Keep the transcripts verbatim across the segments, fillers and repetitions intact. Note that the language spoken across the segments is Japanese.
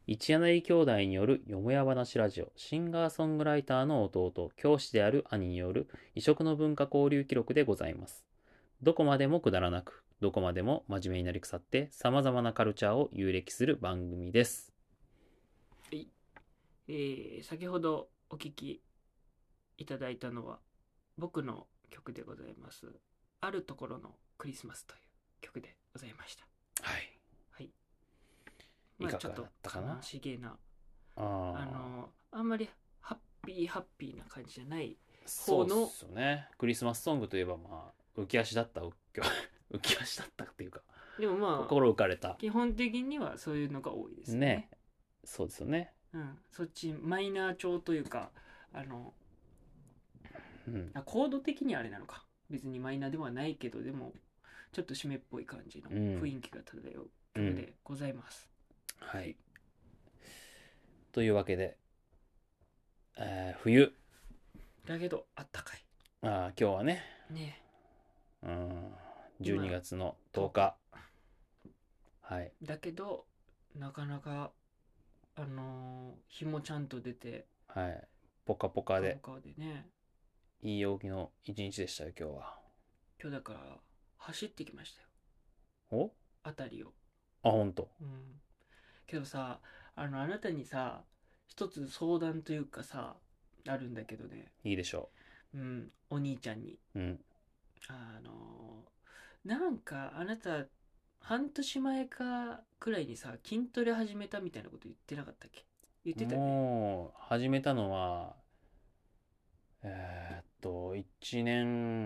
一柳兄弟によるよもや話ラジオ、シンガーソングライターの弟、教師である兄による異色の文化交流記録でございます。どこまでもくだらなく、どこまでも真面目になり腐って様々なカルチャーを遊歴する番組です。 はい、えー、先ほどお聴きいただいたのは僕の曲でございます。あるところのクリスマスという曲でございました。 はい。 はい。 いかがだまあちょっとったかな。 悲しげな、 ああのあんまりハッピーハッピーな感じじゃないそうっ方の。 すよね。クリスマスソングといえばまあ浮き足だった浮き浮き足だったっていうか、 でもまあ心浮かれた基本的にはそういうのが多いですね。 ね。そうですよね。 うん、そっちマイナー調というか、あのうん。 あコード的にはあれなのか、別にマイナーではないけど、でもちょっと湿っぽい感じのうん雰囲気が漂う曲でございます。 はい。というわけで、えー冬。 だけどあったかいあー今日はね、 ね。 うんじゅうにがつのとおか。はい。 だけどなかなかあのー日もちゃんと出てはい。ポカポカポカでポカでね。 いい陽気の一日でしたよ今日は。 今日だから走ってきましたよ、 おあたりを。 あ、ほんと。 うん。けどさ、あのあなたにさ一つ相談というかさ、あるんだけどね。 いいでしょうん、お兄ちゃんに。 う。うんあのなんかあなた半年前かくらいにさ筋トレ始めたみたいなこと言ってなかったっけ？言ってたよね。 もう始めたのはえーっといちね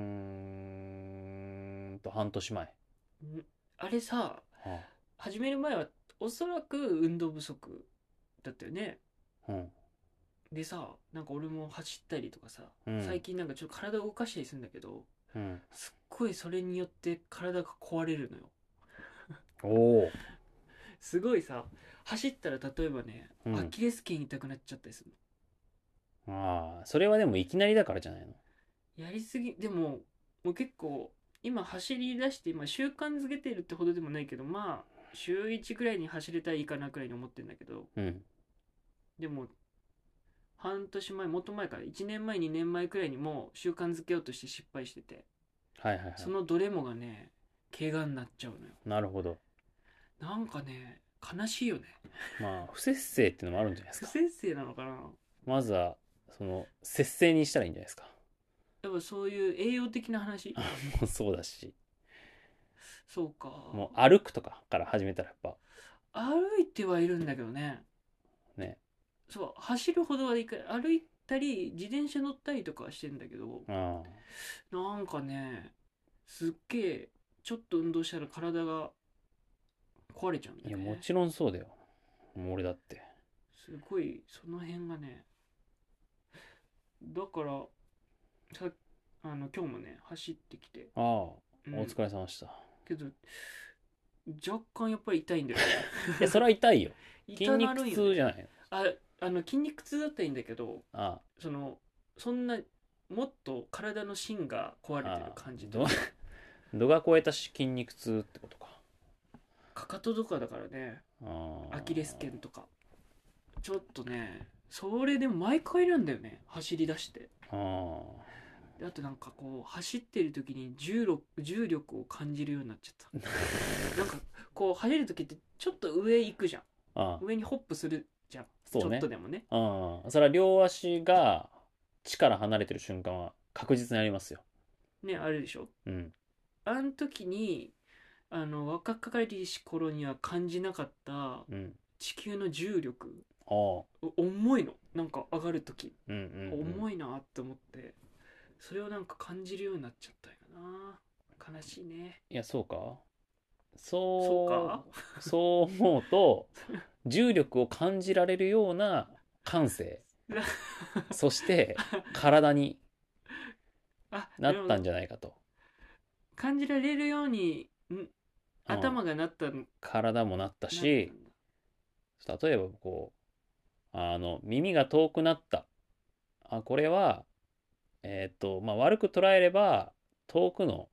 んと半年前。 んあれさ、 は始める前はおそらく運動不足だったよね。 あ、うんでさ、なんか俺も走ったりとかさ、 うん最近なんかちょっと体を動かしたりするんだけど、 うんすっごいそれによって体が壊れるのよ。 おおすごいさ、走ったら例えばね、 うんアキレス腱痛くなっちゃったりするああそれはでもいきなりだからじゃないの。 の。やりすぎ、でも、もう結構、今走り出して、今習慣づけてるってほどでもないけど、まあ、週いちくらいに走れたらいいかなくらいに思ってるんだけど、 うんでも、半年前、もっと前からいちねんまえ、にねんまえくらいにもう習慣づけようとして失敗してて、 はいはいはい。 そのどれもがね、怪我になっちゃうのよ。 なるほど。 なんかね、悲しいよね。 まあ不節制っていうのもあるんじゃないです不か。 摂生なのかな。 まずはその節制にしたらいいんじゃないですか。 やっぱそういう栄養的な話。 もうそうだし、 そうか。 もう歩くとかから始めたらやっぱ歩いてはいるんだけどね。 ね。 そう、走るほどはいいか、歩いたり自転車乗ったりとかはしてんだけど、 あなんかね、すっげえちょっと運動したら体が壊れちゃうんあいやだよね。 もちろんそうだよ。もう俺だって。 すごいその辺がね、だからさ、あの今日もね走ってきて、 ああ、 うん、 お疲れ様でした。 けど若干やっぱり痛いんだよね。 いやそれは痛いよ。筋痛な肉るんよね。 痛じゃないの。 あ、あの筋肉痛だったらいいんだけど、 あそのそんなもっと体の芯が壊あれてるああ感じと度度が超えたし筋肉痛ってことか。 かかととかだからね。 ああアキレス腱とかちょっとね、それでも毎回なんだよね、走り出して。 あであとなんかこう走ってる時に重力重力を感じるようになっちゃったなんかこう走る時ってちょっと上行くじゃん。 あ上にホップするじゃん、 そうね。 ちょっとでもね。 ああそれは両足が地から離れてる瞬間は確実にありますよ。 ね、あるでしょ。 うんあの時にあの若かりし頃には感じなかったうん地球の重力。 ああ重いの、なんか上がる時うんうんうん重いなって思って、それをなんか感じるようになっちゃったよな。悲しいね。 いやそうか。 そうそか。 うそう思うと重力を感じられるような感性そして体にあ、でもなったんじゃないかと。 感じられるようにんうん頭がなったん、 体もなったなったし、 んだ。 例えばこうあの耳が遠くなった。あこれはえっとまあ悪く捉えれば遠くの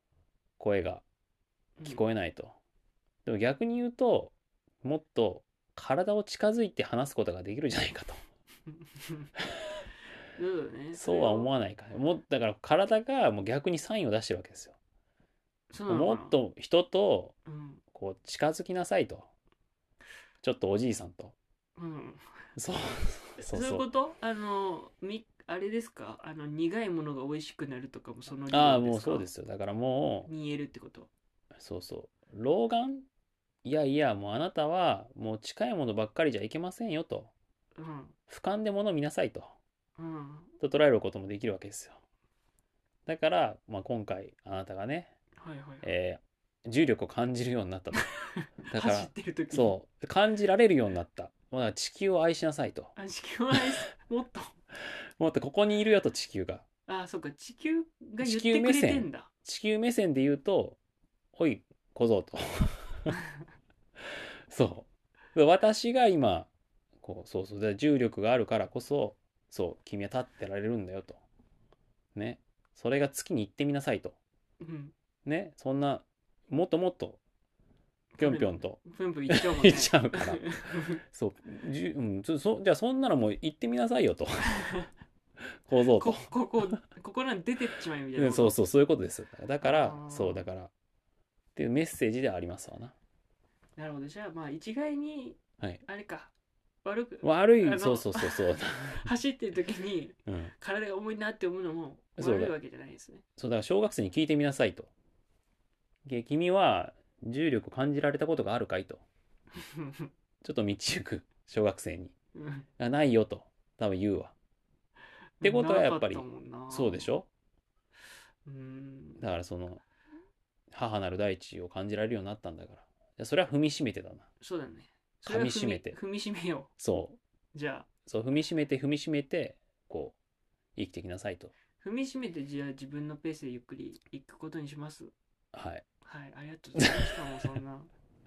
声が聞こえないと。でも逆に言うともっと体を近づいて話すことができるじゃないかと。 そうだね。 そうは思わわないかね。もうだから体がもう逆にサインを出してるわけですよ。 そうなのかな。 もっと人とうん。 こう近づきなさいと。ちょっとおじいさんと。 うん。 そうそうそういうそう。 ことあの、み、あれですかあの、苦いものが美味しくなるとかもその理ああ、もう論ですか？ そうですよ。だからも煮えるってこと？ う、そうそう。老眼いやいや、もうあなたはもう近いものばっかりじゃいけませんよと。 うん。 俯瞰で物を見なさいと。 うん。 と捉えることもできるわけですよ。だから、まあ、今回あなたがね、 はいはいはい。 えー重力を感じるようになったと。だから、 走ってる時に。 そう感じられるようになった。まあ、地球を愛しなさいと。 あ、地球は愛すもっと。 もっとここにいるよと、地球が。 あ、そっか、地球が言地ってくれ球目線てんだ。 地球目線で言うと、おい小僧と。そう私が今こうそうそうで重力があるからこそ、そう君は立ってられるんだよと。ね、それが月に行ってみなさいと。 うん。 ね、そんなもっともっとぴょんぴょんとぷんぷんいっちゃうもんね。 行っちゃうから、そうじゅ、うん、そそじゃあそんなのもう行ってみなさいよと。構造と。 こ、ここ、ここなん出てっちまえみたいなこと。 うんそうそうそういうことです。だからあーそうだからっていうメッセージではありますわな。 なるほど。じゃあ、まあ、一概に、 はい。 あれか、悪く、 悪あのいそうそうそうそう。 走ってる時に、 うん体が重いなって思うのもそうだ悪いわけじゃないですね。 そうだから小学生に聞いてみなさいと。で君は重力を感じられたことがあるかいと。ちょっと道行く小学生に。 うんあないよと多分言うわ。ってことはやっぱりなかったもんな。 そうでしょ。 うん。 だからその母なる大地を感じられるようになったんだから。いやそれは踏みしめてだな。 そうだね。それは噛み締めて踏み踏みしめよそうう。じゃあ、 そう踏みしめて踏みしめてこう生きてきなさいと。 踏みしめて、じゃあ自分のペースでゆっくり行くことにします。 はいはい、ありがとうございました。もうそんな。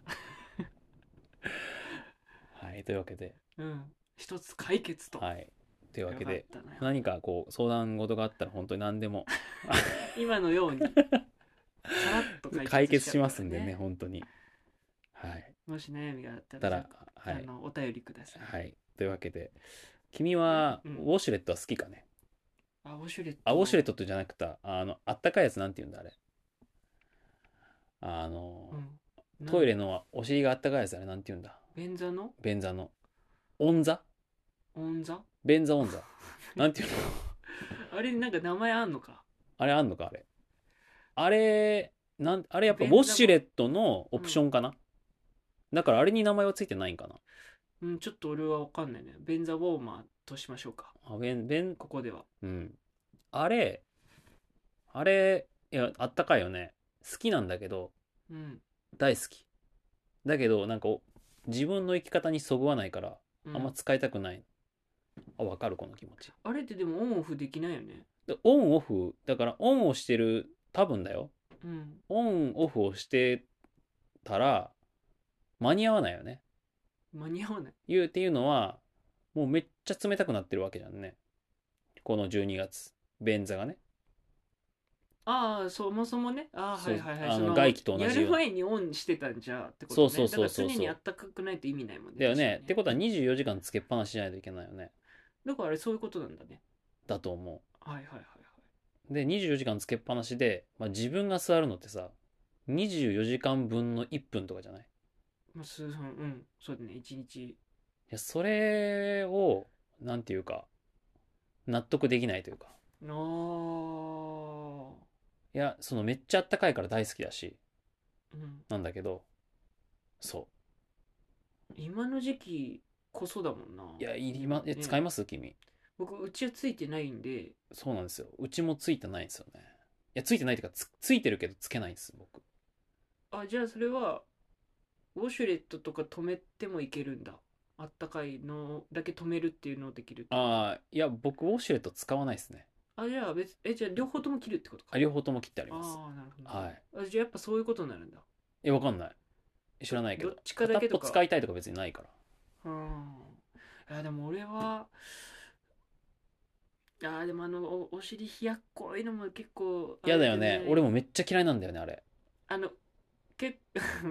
はいというわけでうん。一つ解決と。 はいというわけでよかったな何かこう相談事があったら本当に何でも今のように、さらっと解決解決しまちゃうからすんでね本当に。はいもし悩みがあったら、 たらじゃあはいあの、お便りください。 はいというわけで君はうんウォシュレットは好きかね。 あ、ウォシュレット。 あウォシュレットってじゃなくてあのあったかいやつなんて言うんだあれ。あのうん。 トイレの。 のお尻があったかいやつあれなんて言うんだ。 便座の便座のオンザオ座便座オンザなんていうの。 あれ、なんか名前あんのか。 あれあんのかあれ。あれなんあれやっぱウ便座もォシュレットのオプションかな、だからあれに名前はついてないんかな。 うん、ちょっと俺はわかんないね。便座ウォーマーとしましょうか。 あ便便ここでは。 うんあれあれいやあったかいよね。好きなんだけどうん。 大好きだけどなんかお自分の生き方にそぐわないからうんあんま使いたくない。あ分かるこの気持ち。 あれってでもオンオフできないよね。 でオンオフだからオンをしてる多分だよ。 うん。 オンオフをしてたら間に合わないよね。 間に合わない。 言うっていうのはもうめっちゃ冷たくなってるわけじゃんね。このじゅうにがつ便座がね。 ああ、そもそもね。ああ、 そうはいはいはい。 あのその外気と同じようやる前にオンしてたんじゃってことね。 そうそうそうそうだから常にあったかくないと意味ないもんね。 だよね。 確かにってことはにじゅうよじかんつけっぱなしじゃないといけないよね。 だからあれそういうことなんだね。 だと思はいはいはいはい。 う。でにじゅうよじかんつけっぱなしで、まあ、自分が座るのってさにじゅうよじかんぶんのいっぷんとかじゃない。 まあ、数分、うん、そうだね。一日。 いやそれをなんていうか納得できないというか。 ああ。 いやそのめっちゃあったかいから大好きだしうん。 なんだけどそ今の時期こそだもんな。 ういやいりまえね使います君。 僕、うちはついてないんで、 そうなんですよ。うちもついてないんですよね。いやついてないっていうかつついてるけどつけないんです僕。 あ、じゃあそれは、ウォシュレットとか止めてもいけるんだ。あったかいのだけ止めるっていうのをできるってこと。 ああいや僕ウォシュレット使わないですね。 あ、じゃあ別、え、じゃあ両方とも切るってことか。 あ両方とも切ってあります。 ああ、なるほど。 はい。 あ、じゃあやっぱそういうことになるんだ。 えわかんない。知らないけどどっちかだけとか片っぽ使いたいとか別にないから。 うん。いや、でも俺は、あーでもあのお、お尻冷やっこいのも結構、 嫌だよね。俺もめめっちゃ嫌いなんだよねあれ。 あの、け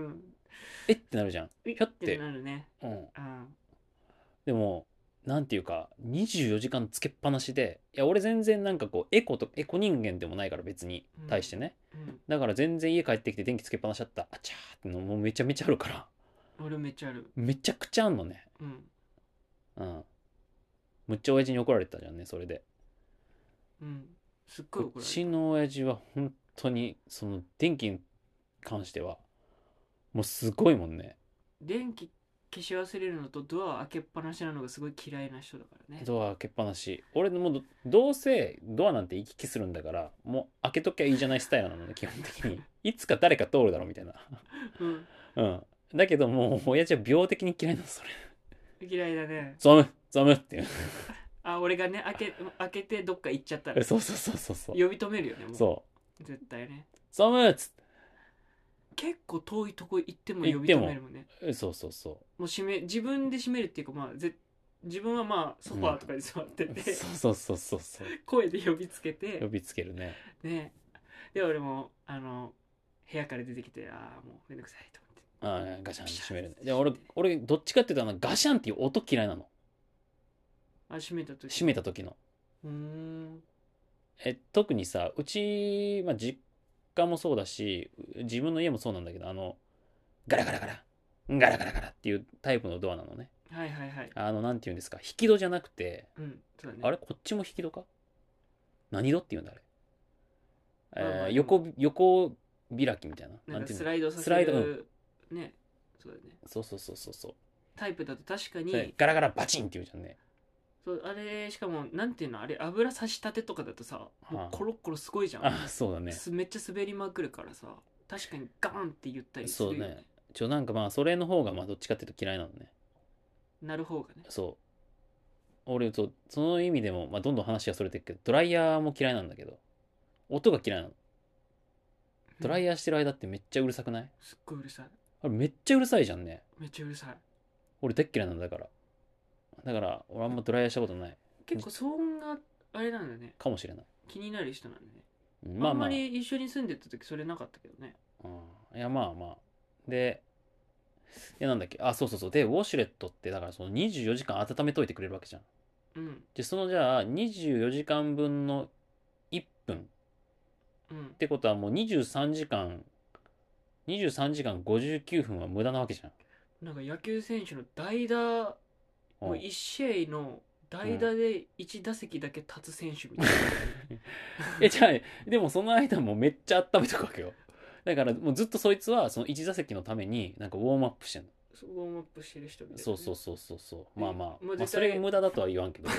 えってなるじゃん。 ひひょってなるね。 うんあでもなんていうかにじゅうよじかんつけっぱなしで、いや俺全然なんかこうエコとエコ人間でもないから別にうん対してね、 うんだから全然家帰ってきて電気つけっぱなしだったあちゃーってのもうめちゃめちゃあるから俺めっちゃある。 めちゃくちゃあんのね。 うんうんむっちゃ親父に怒られてたじゃんねそれで。 うんすっごいう怒られちた。 の親父は本当にその電気に関してはもうすごいもんね。 電気消し忘れるのとドア開けっぱなしなのがすごい嫌いな人だからね。 ドア開けっぱなし。俺もどどうせドアなんて行き来するんだからもう開けときゃいいじゃないスタイルなのね基本的に。いつか誰か通るだろうみたいな。 うんうんだけどもう親父は病的に嫌いなのそれ。 嫌いだね。 ゾムゾムっていう。 あ、俺がね開け開けてどっか行っちゃったらそうそうそうそうそう呼び止めるよね。もうそう絶対ね。 ゾムっつ結構遠いとこ行っても呼び行っても止めるもんね。 ってそうそうそもう閉め自分で閉めるっていうか、まあぜ自分はまあソファーとかに座ってうて、 そうそうそうそうそう声で呼びつけ呼てびつけるね。 ね。で俺もあの部屋から出てきて、ああもうめんどくさいと思って。 ああガシャンって閉めるね。で俺俺どっちかっていうとあのガシャンっていう音嫌いなの。 あ、閉めた時。 閉めた時のうーん。 え特にさうち、まあ、実家もそうだし自分の家もそうなんだけどあのガラガラガラガラガラガラっていうタイプのドアなのね。 はいはいはい。 あのなんていうんですか引き戸じゃなくて、 うん、そうだね。 あれこっちも引き戸か何戸っていうんだあれ、えーまあまあ横横開きみたいななんかていうのスライドさせスライドうんる、ね。そうだね。 そうそうそうそうそうタイプだと確かそれに、 ガラガラバチンって言うじゃんね。 そうあれしかもなんていうのあれ油差したてとかだとさ、もうはあコロッコロすごいじゃん。 あそうだねすめっちゃ滑りまくるからさ、確かにガーンって言ったりするよね。 そうねちょなんかまあそれの方がまあどっちかっていうと嫌いなのね。 なる方がね。 そう俺そうその意味でも、まあ、どんどん話がそれてるけどドライヤーも嫌いなんだけど音が嫌いなの。ドライーヤーしてる間ってめっちゃうるさくない？ すっごいうるさい。 あれめっちゃうるさいじゃんね。 めっちゃうるさい。 俺大っ嫌いなんだからだから俺あんまドライヤーしたことない結構騒音があれなんだね。 かもしれない。 気になる人なんだね。 うんまあまああんまり一緒に住んでた時それなかったけどね。 うんいやまあまあでいやなんだっけあそうそうそうでウォシュレットってだからそのにじゅうよじかん温めといてくれるわけじゃん。 うんでそのじゃあにじゅうよじかんぶんのいっぷんっうんてことはもうにじゅうさんじかんにじゅうさんじかんごじゅうきゅうふんは無駄なわけじゃん。 なんか野球選手の代打、もういち試合の代打でいち打席だけ立つ選手みたいな、 えじゃあでもその間もめっちゃ温めとくわけよ。だからもうずっとそいつはそのいち打席のためになんかウォームアップしてんの。 そうウォームアップしてる人みたいなね、 そうそうそうそうそうまあまあ、 もう絶対まあ、それが無駄だとは言わんけど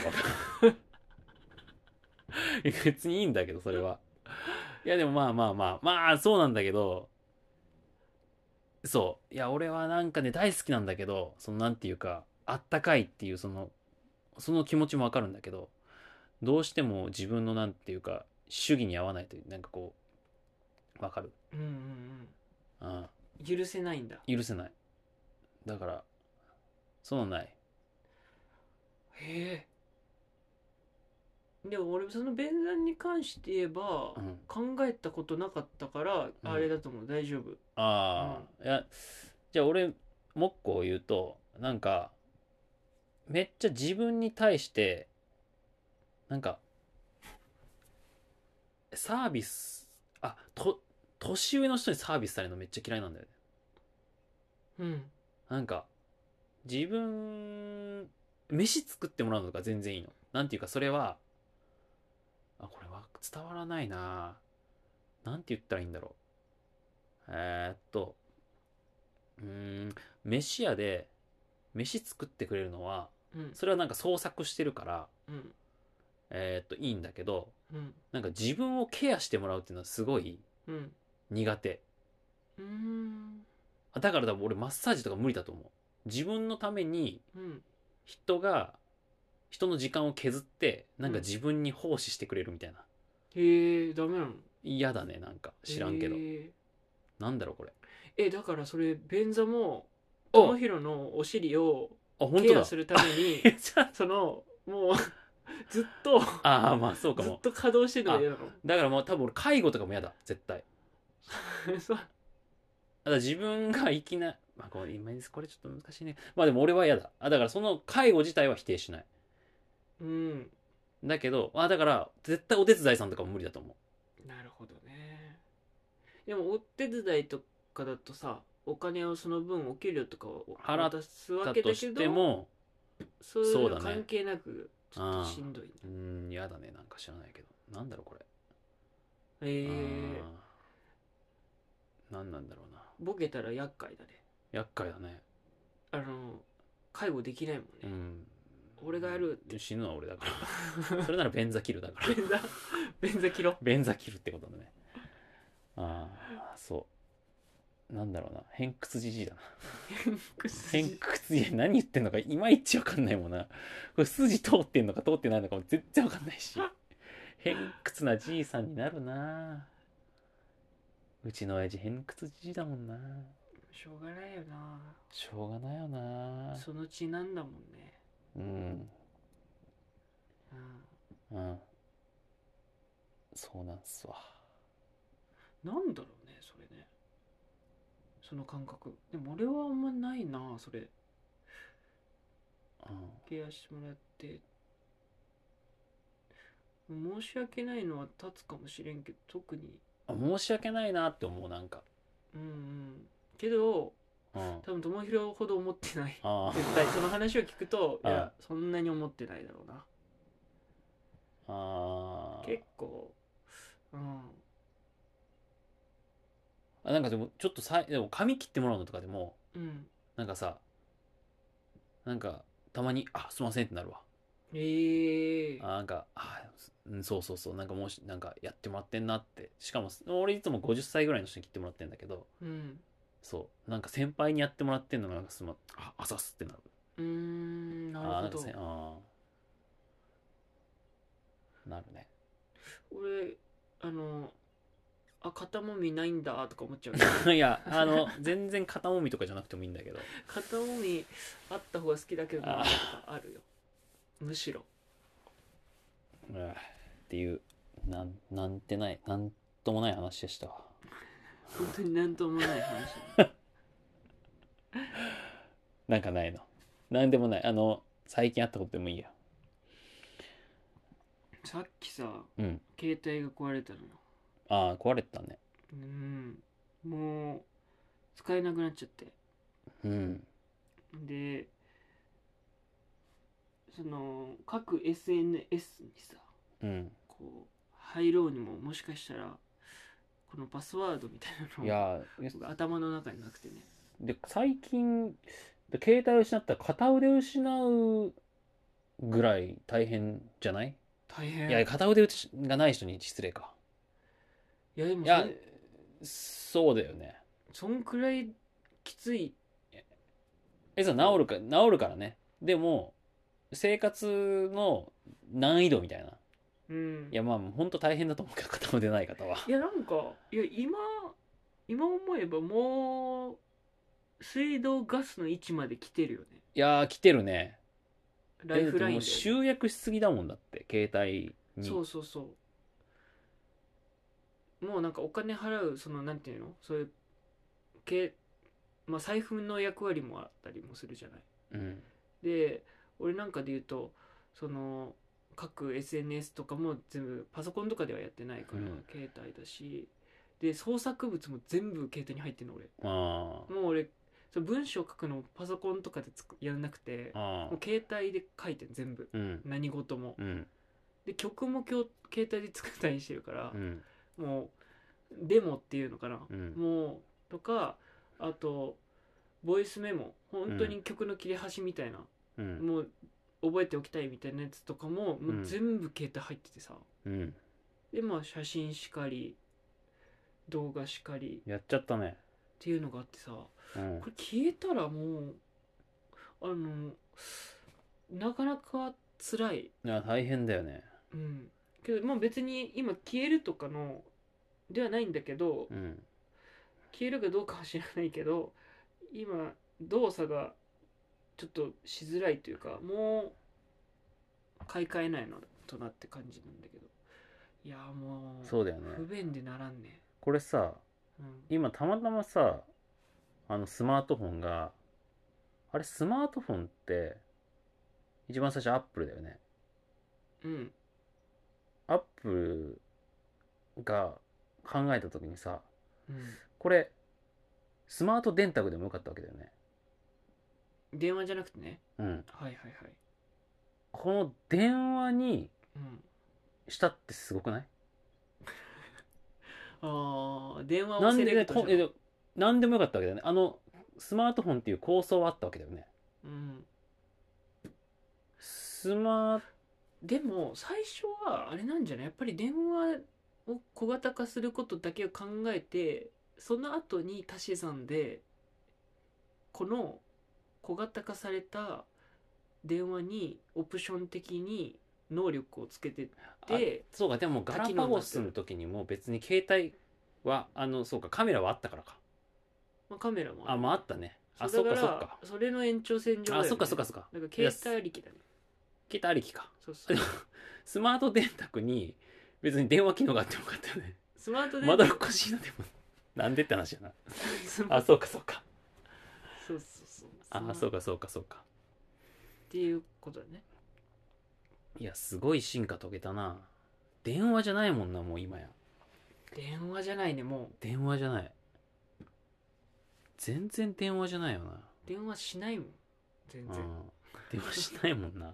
別にいいんだけどそれはいやでもまあまあまあまあそうなんだけどそういや俺はなんかね大好きなんだけどそのなんていうかあったかいっていうそのその気持ちもわかるんだけどどうしても自分のなんていうか主義に合わないというなんかこうわかるうんうんうんうん許せないんだ。 許せないだからそのないへえ。でも俺その便座に関して言えば、 うん考えたことなかったからあれだと思う、大丈夫。 ああ、いやじゃあ俺もう一個言うとなんかめっちゃ自分に対してなんかサービスあと年上の人にサービスされるのめっちゃ嫌いなんだよね。 うんなんか自分飯作ってもらうのとか全然いいの。なんていうかそれはあこれは伝わらないななんて言ったらいいんだろうえー、っとうーん飯屋で飯作ってくれるのはうんそれはなんか創作してるからうんえーっといいんだけどうんなんか自分をケアしてもらうっていうのはすごいうん苦手。 うーんだから多分俺マッサージとか無理だと思う。自分のためにうん人が人の時間を削ってなんか自分に奉仕してくれるみたいな、 へえダメなの？ 嫌だねなんか知らんけど、 へーなんだろうこれえだからそれ便座もお友弘のお尻をあ本当だケアするためにじゃそのもうずっとああーまあそうかずっも。 と稼働してるのが嫌なの？ だからもう多分俺介護とかも嫌だ絶対。だかそうら自分が生きなまあ、これ今これちょっと難しいね。まあでも俺は嫌だ。あ、だからその介護自体は否定しない。 うんだけど、あ、だから絶対お手伝いさんとかも無理だと思なるほどね。でもお手伝いとかだとさ、お金をその分お給料とかを払っ渡すわう。だけだけとしてど、 も、 そういうのそうだね関係なくちょっとしんどいね。 うーん、嫌だね。なんか知らないけど。なんだろうこれ。 えうーー、 ん。なんなんだろうな。 ボケたら厄介だね。 厄介だね。 あの介護できないもんね。 うん。 俺がやるって死ぬのは俺だからそれなら便座切るだから便座便座切ろ便座切るってことだね。ああ、そうなんだろうな、偏屈じじいだな。偏屈じじい、何言ってんのかいまいちわかんないもんな。これ筋通ってんのか通ってないのかも全然わかんないし、偏屈なじいさんになるな。うちの親父偏屈じじいだもんな。 しょうがないよな。 しょうがないよな。 その血なんだもんね。 うんうんうん、そうなんすわ。 なんだろうねそれね、その感覚。でも俺はあんまないなそれ。 うん、 ケアしてもらって申し訳ないのは立つかもしれんけど、特に。 あ、申し訳ないなって思う、なんか。 うんうんけどうん多分友広ほど思ってない。 あ絶対その話を聞くといあやそんなに思ってないだろうな。 あ結構うんあ、なんかでもちょっとさ、でも髪切ってもらうのとかでもうんなんかさ、なんかたまに「あ、すいません」ってなるわ。 ええあ、なんかあ、うん、そうそうそう、なんかもうしなんかやってもらってんなって。しかも俺いつもごじゅっさいぐらいの人に切ってもらってんだけど、 うんそうなんか先輩にやってもらってんのがなんかすまあ、あざすってなる。 うーんなるあー、 ほど。 なんかせあーなるね。 俺あのあ肩もみないんだとか思っちゃういや、あの全然肩もみとかじゃなくてもいいんだけど、 肩もみあった方が好きだけどなとかあるよ。むしろうわっていう、なんなんてない、なんともない話でしたわ。 本当になんともない話。 なんかないの？なんでもない。あの最近あったことでもいいや。 さっきさうん。 携帯が壊れたのよ。 ああ、壊れてたね。 うんもう使えなくなっちゃって。 うん。 でその各 エスエヌエス にさうん。 こう入ろうにももしかしたらこのパスワードみたいいなのがやー、 僕頭の中になくてね。 で、最近、で携帯を失ったら片腕を失うぐらい大変じゃない？ 大変。 いや、片腕がない人に失礼か。 いやでもいや、 そんそうだよね。 そんくらいきつい。 え、そう、治るか、治るからね。でも、生活の難易度みたいな。 うんいや、まあ、ほんと大変だと思うけど、片腕ない方は。 いやなんかいや今今思えばもう水道ガスの位置まで来てるよね。 いやー、来てるね。 ライフラインで、 もう集約しすぎだもんだって、携帯に。 そうそうそうもうなんかお金払うそのなんていうのそういうけ、まあ、財布の役割もあったりもするじゃない。 うん。 で俺なんかで言うとその各 エスエヌエス とかも全部パソコンとかではやってないから、 うん携帯だしで創作物も全部携帯に入ってんの俺。 あもう俺その文章書くのパソコンとかでつくやらなくてあ。ああ。 もう携帯で書いてん全部。 うん。 何事もうん。 で曲も今日携帯で作ったりしてるからう、ん。 もうデモっていうのかな、 うん。 もうとかあとボイスメモ本当に曲の切れ端みたいな、 うん。 もう覚えておきたいみたいなやつとかももう全部携帯入っててさ、 うん。 でまあ写真しかり動画しかりやっちゃったね。 っていうのがあってさ、 うんこ。れ消えたらもうあのなかなか辛い。 いや、大変だよね。 うんけどまあ別に今消えるとかのではないんだけど、 うん。 消えるかどうかは知らないけど今動作がちょっとしづらいというかもう買い替えないのとなって感じなんだけど、いやもうそうだよね。 不便でならんね。 これさ、 うん今たまたまさ、 あのスマートフォンが、あれスマートフォンって一番最初アップルだよね。 うんアップルが考えた時にさ、 うんこれスマート電卓でもよかったわけだよね。 電話じゃなくてね。 うん。 はいはいはい。 この電話にうんしたってすごくない？ ああ、電話をセなんでね、 レクトしたの。 こえなんでもよかったわけだよね。あのスマートフォンっていう構想はあったわけだよね。 うんスマーでも最初はあれなんじゃない？やっぱり電話を小型化することだけを考えて、その後に足し算でこの小型化された電話にオプション的に能力をつけてっあて、 そうか、でもガラパゴスの時にも別に携帯はあのそうかカメラはあったからか。 まあ、カメラもあ、まああったね。あ、 そだかそううかそうからそれの延長線上だよね。 あ、そっかそっかそっか。 だから携帯ありきだね。 携帯ありきか。 そうそうスマート電卓に別に電話機能があってもよかったよね。 スマート電まだおかしいな、でも。なんでって話やな。あ、 そそうかそうか。 そうそうそうあ、そうかそうかそうか。 っていうことだね。 いや、すごい進化遂げたな。電話じゃないもんな、もう今や。 電話じゃないね、もう電話じゃない。全然電話じゃないよな。 電話しないもん全然。 うん。電話しないもんな。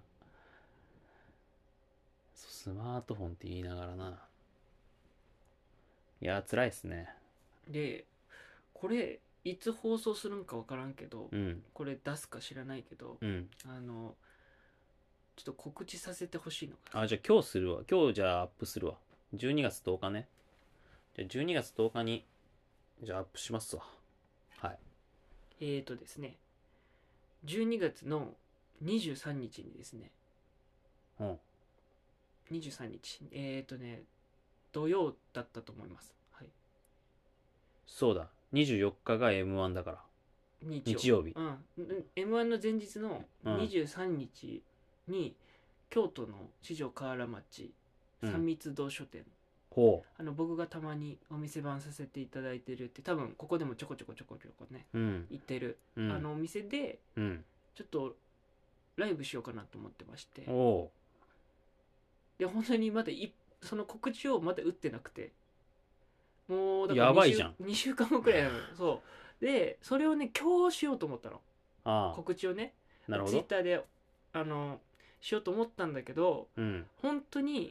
スマートフォンって言いながらな。いや、辛いっすね。 でこれいつ放送するんか分からんけど、 うん。 これ出すか知らないけど、 うん。 あのちょっと告知させてほしいのが、 あ、じゃあ今日するわ。今日じゃあアップするわ。じゅうにがつとおかね。じゃあじゅうにがつとおかに、じゃあアップしますわ。はい。 えーとですねじゅうにがつのにじゅうさんにちにですね、 うん。 にじゅうさんにちえーとね土曜だったと思います。はい。 そうだ。にじゅうよっかが エムワン だから。 日日曜日。 うん。エムワン の前日のにじゅうさんにちに、京都の四条河原町三密堂書店、 ほあの僕がたまにお店番させていただいてるって、多分ここでもちょこちょこちょこちょこねう。うん。 行ってる、 うん。 あのお店でうん。 ちょっとライブしようかなと思ってまして、 おで本当にまだいその告知をまだ打ってなくて、もうだやばいじゃんにしゅうかんごくらいなのよ。そうでそれをね今日しようと思ったの、 ああ。 告知をねなるほど。 ツイッターであのしようと思ったんだけど、 うん。 本当に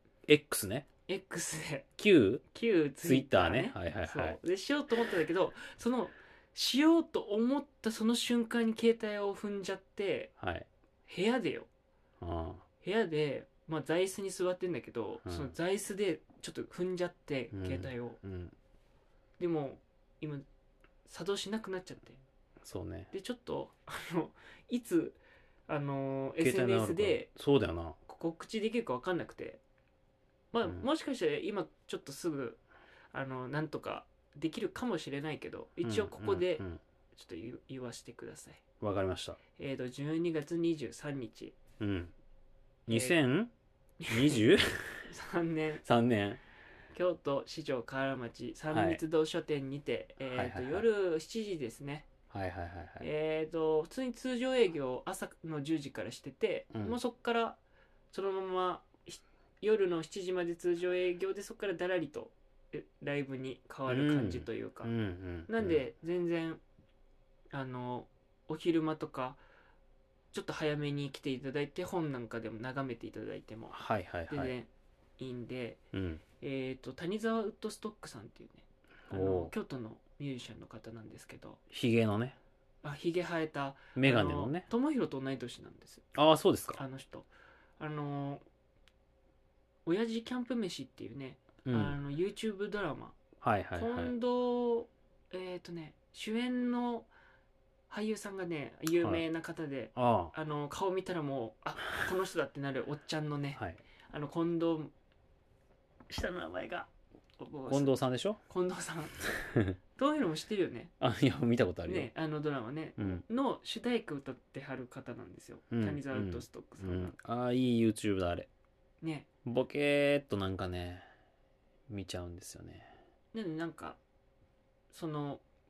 X ね。 X で旧旧ツイッターね、 Twitter ね。はいはいはいそうでしようと思ったんだけど、そのしようと思ったその瞬間に携帯を踏んじゃって、 はい。 部屋でよあ部屋で、まあ、座椅子に座ってんだけど、 うんその座椅子でちょっと踏んじゃってうん携帯を、 あ。うん。 でも今作動しなくなっちゃって、 そうね。 でちょっとあのいつあの携帯エスエヌエス直るからでそうだよな。 告知できるか分かんなくて、まあ、 うんもしかして今ちょっとすぐあのなんとかできるかもしれないけど、一応ここでうんうんちょっと言言わせてください。 わかりました。 えーとじゅうにがつにじゅうさんにち、 うん。にせんにじゅうさんねんさんねん。 京都四条河原町三密堂書店にて、えーとはいはいはい夜しちじですね。 はいはいはいはい。 えーと普通に通常営業朝のじゅうじからしてて、 うんもうそこからそのままひ夜のしちじまで通常営業で、そこからだらりとえライブに変わる感じというか、 うんうんうん。 なんで全然あのお昼間とかちょっと早めに来ていただいて、本なんかでも眺めていただいてもはいはいはい。 全然いいんで、 うん。 えーと谷沢ウッドストックさんっていうね、あおのう京都のミュージシャンの方なんですけど、 ヒゲのね。 あひげ生えたメガネのね。 友弘と同い年なんです、 ああ、そうですか。 あの人。あの親父キャンプ飯っていうね、 うん。 あの YouTube ドラマ、 はいはいはい。 近藤えっ、とね主演の俳優さんがね有名な方で、 ああの顔見たらもうあこの人だってなるおっちゃんのね、 あ。はい。 あの近藤下の名前が近藤さんでしょ？ 近藤さんどういうのも知ってるよね。 あ、いや、見たことあるよ。 ね、あのドラマね、 うん。 の主題歌歌ってはる方なんですよ、 うん谷沢ウッドストックさが、 うんん。ああ、いい YouTube だ、あれ。 ね。 ボケーっとなんかね、見ちゃうんですよね。 なんでなんかその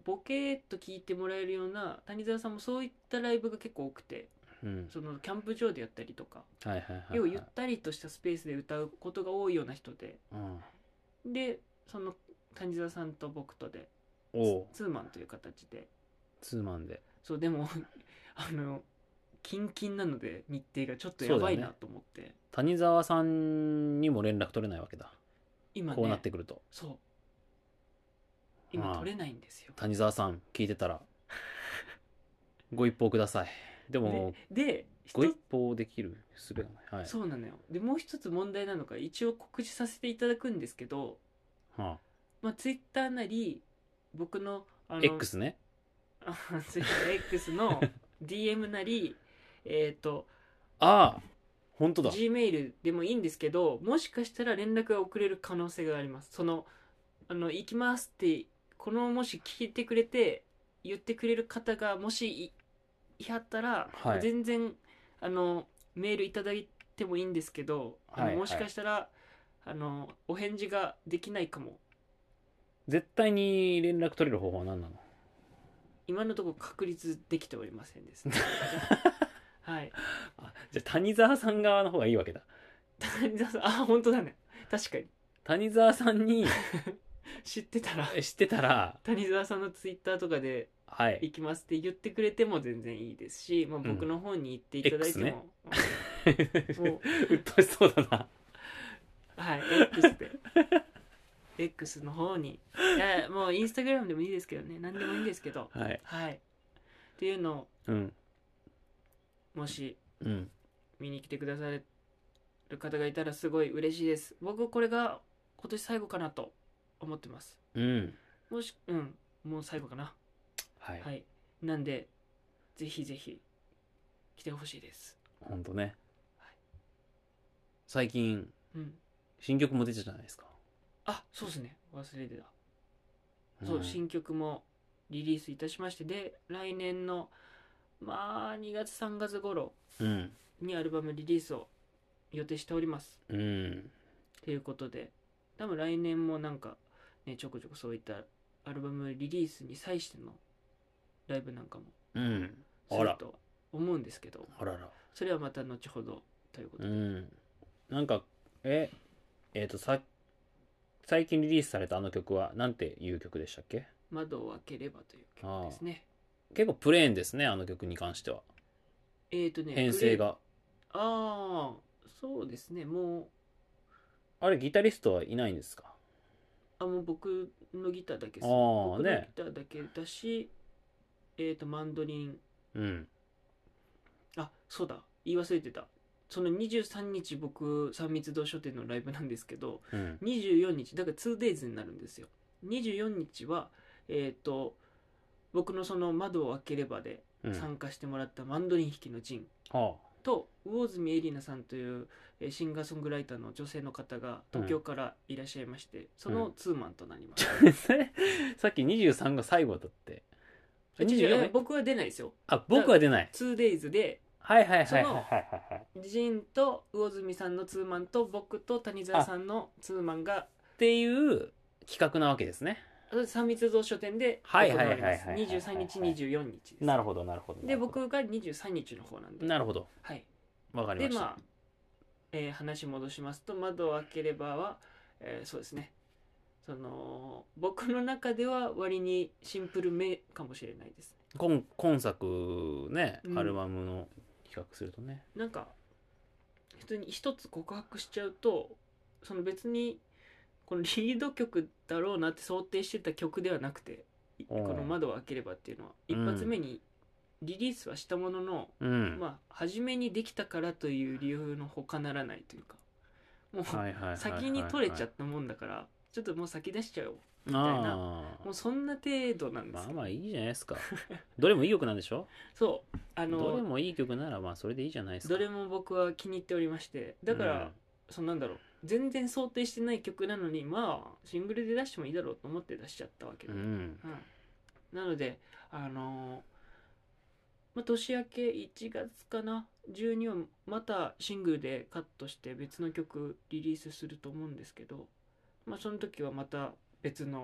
ボケーっと聞いてもらえるような、谷沢さんもそういったライブが結構多くて、 うんそのキャンプ場でやったりとか、 はいはいはいはい要はゆったりとしたスペースで歌うことが多いような人で、 うんでその谷沢さんと僕とでおうツーマンという形で、 ツーマンでそうでもあのキンキンなので日程がちょっとやばいなと思って、 谷沢さんにも連絡取れないわけだ、 今ねこうなってくると。 そう今ああ取れないんですよ。 谷沢さん聞いてたらご一報ください。でもででご一一つ報できるすべがない、はい、 そうなのよ。でもう一つ問題なのが、一応告知させていただくんですけど、 はまあ、ツイッターなり僕のああ、 の X ね。 ツイッター X の ディーエム なりえっとああ本当だ。 G メールでもいいんですけど、もしかしたら連絡が遅れる可能性があります。そのあの行きますってこのもし聞いてくれて言ってくれる方がもしいいはったら、 はい全然あのメールいただいてもいいんですけど、あのはいはいもしかしたらあのお返事ができないかも。 絶対に連絡取れる方法は何なの？ 今のところ確立できておりませんですね。はい。 あじゃあ谷沢さん側の方がいいわけだ。 谷沢さん、あ、本当だね。確かに。 谷沢さんに知ってたら、 知ってたら谷沢さんのツイッターとかではい行きますって言ってくれても全然いいですし、まあ、僕の方に行っていただいても、もうっとしそうだな。 う、はい、X で。X の方に。いや、もうインスタグラムでもいいですけどね。何でもいいんですけど。 はいはい。っていうのを、 うんもしうん見に来てくださる方がいたらすごい嬉しいです。僕これが今年最後かなと思ってます。 うんもし、うん、もう最後かな。 はい、 はい。なんで、ぜひぜひ来てほしいです。 ほんとね、 はい、 最近うん。 新曲も出てたじゃないですか。 あ、そうですね。忘れてた。そう、新曲もリリースいたしまして、で、来年の、まあ、にがつさんがつ頃うんにアルバムリリースを予定しております。 うんということで、多分来年もなんか、ね、ちょこちょこそういったアルバムリリースに際してのライブなんかもうんすると思うんですけど、 あららそれはまた後ほどということで。 うんなんかええっ、とさ最近リリースされたあの曲はなんていう曲でしたっけ？ 窓を開ければという曲ですね。 結構プレーンですね、あの曲に関しては。 えっ、ー、とね、 編成が。 ああ、そうですね。もう、 あれギタリストはいないんですか？ あ、もう僕のギターだけです。 あー僕のギねターだけだし、えっ、ー、と、マンドリン。 うんあ、そうだ。言い忘れてた。そのにじゅうさんにち僕、三密堂書店のライブなんですけど、 うんにじゅうよっか、だから ツーデイズ になるんですよ。にじゅうよっかは、えっ、ー、と、僕のその窓を開ければでうん参加してもらったマンドリン弾きのジンはと魚住エリナさんというえーシンガーソングライターの女性の方が東京からいらっしゃいまして、そのツーマンとなります。 あそれさっきにじゅうさんが最後だってえ違うにじゅうよんえ僕は出ないですよ。 あ僕は出ない。 ツーデイズ ではいはいはいそのはいはいはいジンと魚住さんのツーマンと僕と谷沢さんのツーマンがっていう企画なわけですね。 三密堂書店で行はいはいわれます。 はいはいはいにじゅうさんにち、にじゅうよっかです。 なるほどなるほど。 で、僕がにじゅうさんにちの方なんで。 なるほど、 はい。 わかりまで、 した。 まあ、えー話戻しますと、窓を開ければは、えーそうですね。その、僕の中では割にシンプルめかもしれないですね。 今今作ね、 うんアルバムの比較するとね。 なんか、普通に一つ告白しちゃうと、その別に、このリード曲だろうなって想定してた曲ではなくて、この窓を開ければっていうのは、一発目にリリースはしたものの、 うん。 まあ、初めにできたからという理由のほかならないというか、もうはいはいはいはいはい先に取れちゃったもんだからちょっともう先出しちゃおうみたいな、 あもうそんな程度なんあですけど、 まあまあいいじゃないですか。どれもいい曲なんでしょ？ そうあどれのもいい曲ならまあそれでいいじゃないですか。 どれも僕は気に入っておりまして、だから、そのなんだろう、全然想定してない曲なのに、まあシングルで出してもいいだろうと思って出しちゃったわけで、 うん、うんうんなのであのまあ、年明けいちがつかなじゅうにはまたシングルでカットして別の曲リリースすると思うんですけど、まあ、その時はまた別の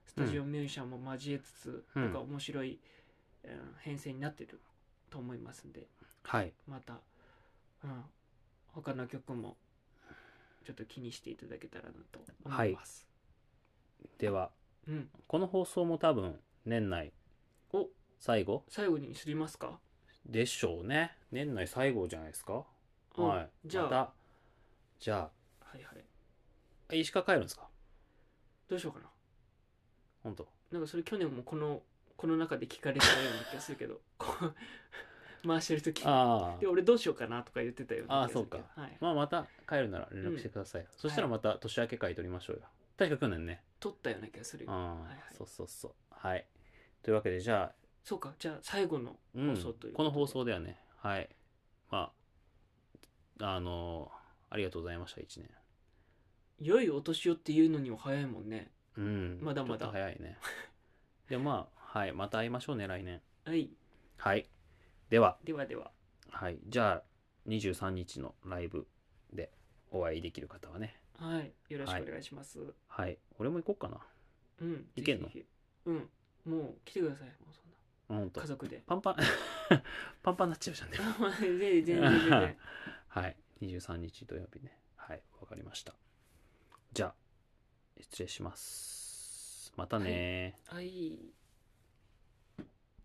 スタジオミュージシャンも交えつつ、 うん僕は面白い、うん、編成になってると思いますんで、 はい。 また、うん、他の曲もちょっと気にしていただけたらなと思います。 では、 うん、 この放送も多分年内お最後最後にすりますか？ でしょうね。年内最後じゃないですか。 おはい。 じゃあ、 また、じゃはいはい。 あ、石川帰るんですか？ どうしようかな。 本当。 なんかそれ去年もこのこの中で聞かれたような気がするけど、こう回してる時あで俺どうしようかなとか言ってたようあ、ああ、 な気がするけど、 そうか。 はい、 まあ、また帰るなら連絡してください。そしたらまた年明け会取りましょうよ。確か去年ね。 撮ったような気がするよ。 ああ、 はいはい、 そうそうそう。はい。というわけで、じゃあ、 そうか、じゃあ最後のうん放送というこの放で送ではね、はい。まあ、あのありがとうございました、いちねん。 良いお年をっていうのには早いもんね。 うん。 まだまだちょっと早いね。でもまあ、はい。また会いましょうね、来年。 はい、 はい。では、 ではでは、 はい。じゃあ、にじゅうさんにちのライブでお会いできる方はね。 はい、よろしくお願いします。 はい。俺も行こうかな。 うん、 いけんのぜひぜひ、うん、もう来てください、もうそんほんとな家。族で。 パンパン、パンパンになっちゃうじゃんね。 全然全然全然。 はい。にじゅうさんにち土曜日ね。はい。わかりました。じゃあ、失礼します。またねー。 はい。